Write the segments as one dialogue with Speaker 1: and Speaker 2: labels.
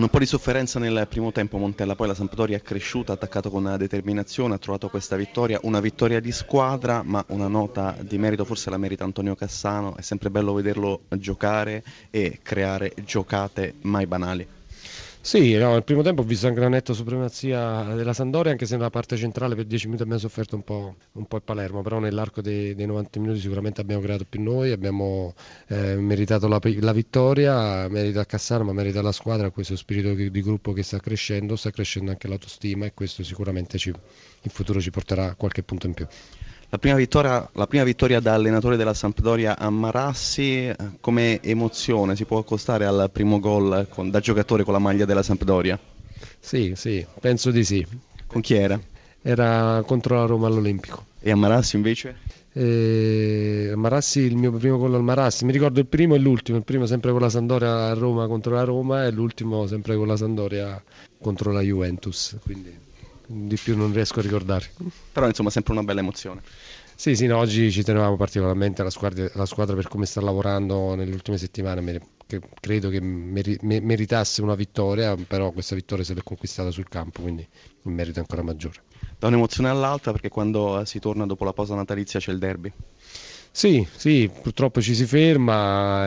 Speaker 1: Un po' di sofferenza nel primo tempo Montella, poi la Sampdoria è cresciuta, ha attaccato con determinazione, ha trovato questa vittoria, una vittoria di squadra, ma una nota di merito forse la merita Antonio Cassano, è sempre bello vederlo giocare e creare giocate mai banali.
Speaker 2: Sì, no, nel primo tempo ho visto anche una netta supremazia della Sampdoria, anche se nella parte centrale per 10 minuti abbiamo sofferto un po' il Palermo, però nell'arco dei 90 minuti sicuramente abbiamo creato più noi, abbiamo meritato la vittoria, merita a Cassano, ma merita la squadra, questo spirito di gruppo che sta crescendo anche l'autostima e questo sicuramente in futuro ci porterà qualche punto in più.
Speaker 1: La prima vittoria da allenatore della Sampdoria a Marassi, come emozione si può accostare al primo gol da giocatore con la maglia della Sampdoria?
Speaker 2: Sì, sì, penso di sì.
Speaker 1: Con chi era?
Speaker 2: Era contro la Roma all'Olimpico.
Speaker 1: E a Marassi invece?
Speaker 2: Marassi, il mio primo gol al Marassi, mi ricordo il primo e l'ultimo, il primo sempre con la Sampdoria a Roma contro la Roma e l'ultimo sempre con la Sampdoria contro la Juventus, quindi di più non riesco a ricordare.
Speaker 1: Però insomma sempre una bella emozione.
Speaker 2: Sì, sì, no, oggi ci tenevamo particolarmente alla squadra per come sta lavorando nelle ultime settimane, credo che meritasse una vittoria, però questa vittoria se l'è conquistata sul campo, quindi il merito è ancora maggiore.
Speaker 1: Da un'emozione all'altra perché quando si torna dopo la pausa natalizia c'è il derby.
Speaker 2: Sì, sì, purtroppo ci si ferma,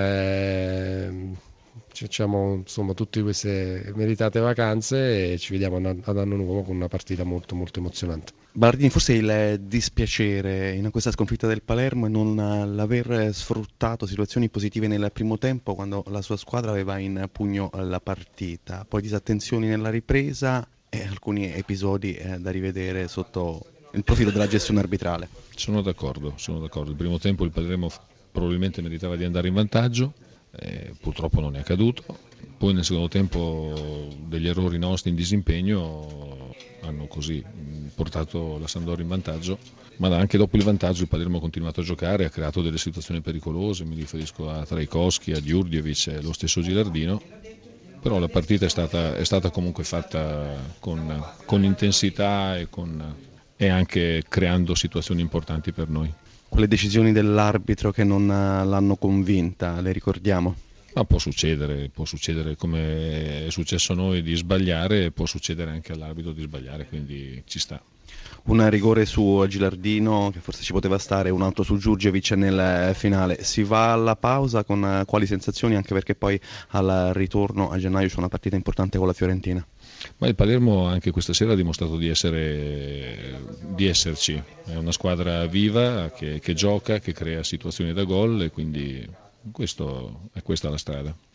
Speaker 2: ci facciamo insomma tutte queste meritate vacanze e ci vediamo ad anno nuovo con una partita molto molto emozionante.
Speaker 1: Ballardini, forse il dispiacere in questa sconfitta del Palermo è non l'aver sfruttato situazioni positive nel primo tempo quando la sua squadra aveva in pugno la partita, poi disattenzioni nella ripresa e alcuni episodi da rivedere sotto il profilo della gestione arbitrale.
Speaker 3: Sono d'accordo, sono d'accordo. Il primo tempo il Palermo probabilmente meritava di andare in vantaggio, purtroppo non è accaduto. Poi nel secondo tempo degli errori nostri in disimpegno hanno così portato la Sampdoria in vantaggio, ma anche dopo il vantaggio il Palermo ha continuato a giocare, ha creato delle situazioni pericolose, mi riferisco a Trajkovskij, a Djurdjevic e lo stesso Gilardino, però la partita è stata comunque fatta con intensità e anche creando situazioni importanti per noi.
Speaker 1: Quelle decisioni dell'arbitro che non l'hanno convinta, le ricordiamo?
Speaker 3: Ma può succedere come è successo a noi di sbagliare, può succedere anche all'arbitro di sbagliare, quindi ci sta.
Speaker 1: Un rigore su Gilardino che forse ci poteva stare, un altro su Djurdjevic nel finale. Si va alla pausa con quali sensazioni, anche perché poi al ritorno a gennaio c'è una partita importante con la Fiorentina.
Speaker 3: Ma il Palermo anche questa sera ha dimostrato di esserci, è una squadra viva che gioca, che crea situazioni da gol e quindi questa è la strada.